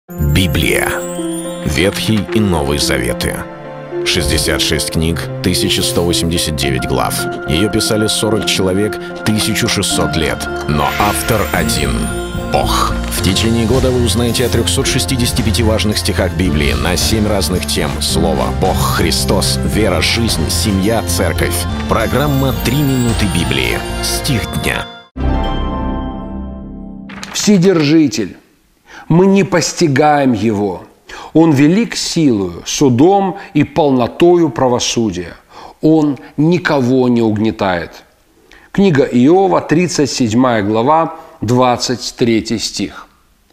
Библия. Ветхий и Новый Заветы. 66 книг, 1189 глав. Ее писали 40 человек, 1600 лет. Но автор один — Бог. В течение года вы узнаете о 365 важных стихах Библии на 7 разных тем. Слово, Бог, Христос, вера, жизнь, семья, церковь. Программа «3 минуты Библии». Стих дня. Вседержитель. Мы не постигаем Его. Он велик силою, судом и полнотою правосудия. Он никого не угнетает. Книга Иова, 37 глава, 23 стих.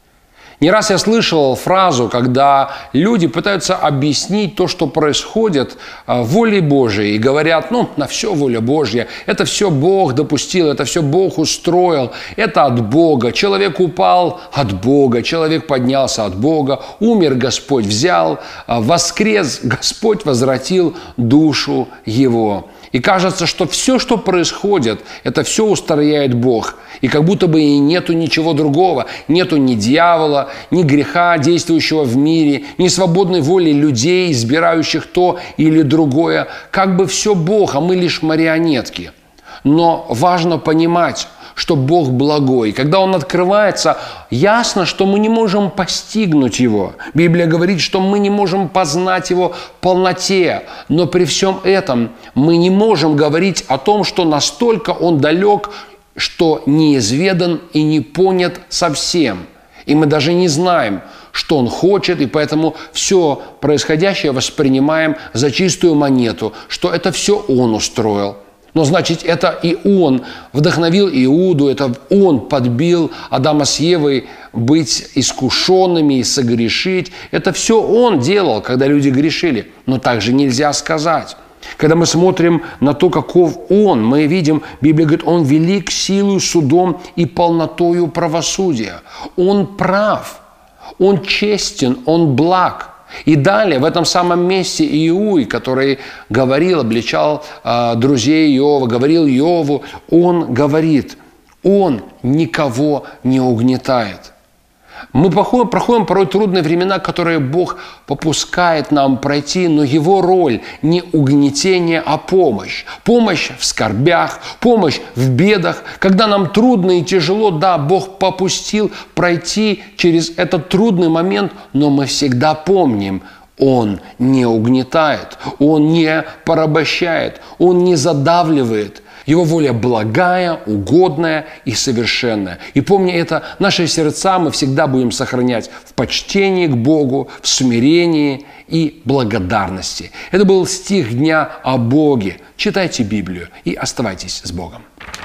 Не раз я слышал фразу, когда люди пытаются объяснить то, что происходит, волей Божией, и говорят, на все воля Божья, это все Бог допустил, это все Бог устроил, это от Бога. Человек упал от Бога, человек поднялся от Бога, умер Господь взял, воскрес Господь возвратил душу его. И кажется, что все, что происходит, это все устрояет Бог. И как будто бы и нету ничего другого. Нету ни дьявола, ни греха, действующего в мире, ни свободной воли людей, избирающих то или другое. Как бы все Бог, а мы лишь марионетки. Но важно понимать, что Бог благой. Когда Он открывается, ясно, что мы не можем постигнуть Его. Библия говорит, что мы не можем познать Его в полноте. Но при всем этом мы не можем говорить о том, что настолько Он далек, что неизведан и не понят совсем. И мы даже не знаем, что Он хочет, и поэтому все происходящее воспринимаем за чистую монету, что это все Он устроил. Но значит, это и Он вдохновил Иуду, это Он подбил Адама с Евой быть искушенными и согрешить. Это все Он делал, когда люди грешили. Но так же нельзя сказать. Когда мы смотрим на то, каков Он, мы видим, Библия говорит, Он велик силою, судом и полнотою правосудия. Он прав, Он честен, Он благ. И далее, в этом самом месте Иуй, который говорил, обличал друзей Иова, говорил Иову, он говорит, он никого не угнетает. Мы проходим порой трудные времена, которые Бог попускает нам пройти, но Его роль не угнетение, а помощь. Помощь в скорбях, помощь в бедах. Когда нам трудно и тяжело, да, Бог попустил пройти через этот трудный момент, но мы всегда помним, Он не угнетает, Он не порабощает, Он не задавливает. Его воля благая, угодная и совершенная. И помня это, наши сердца мы всегда будем сохранять в почтении к Богу, в смирении и благодарности. Это был стих дня о Боге. Читайте Библию и оставайтесь с Богом.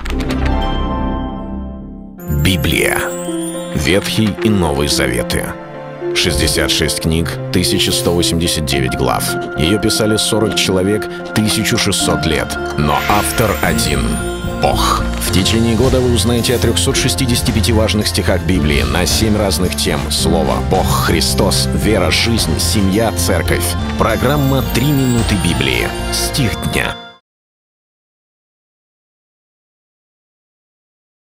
Библия. Ветхий и Новый Заветы. 66 книг, 1189 глав. Ее писали 40 человек, 1600 лет. Но автор один — Бог. В течение года вы узнаете о 365 важных стихах Библии на 7 разных тем. Слово, Бог, Христос, вера, жизнь, семья, церковь. Программа «3 минуты Библии». Стих дня.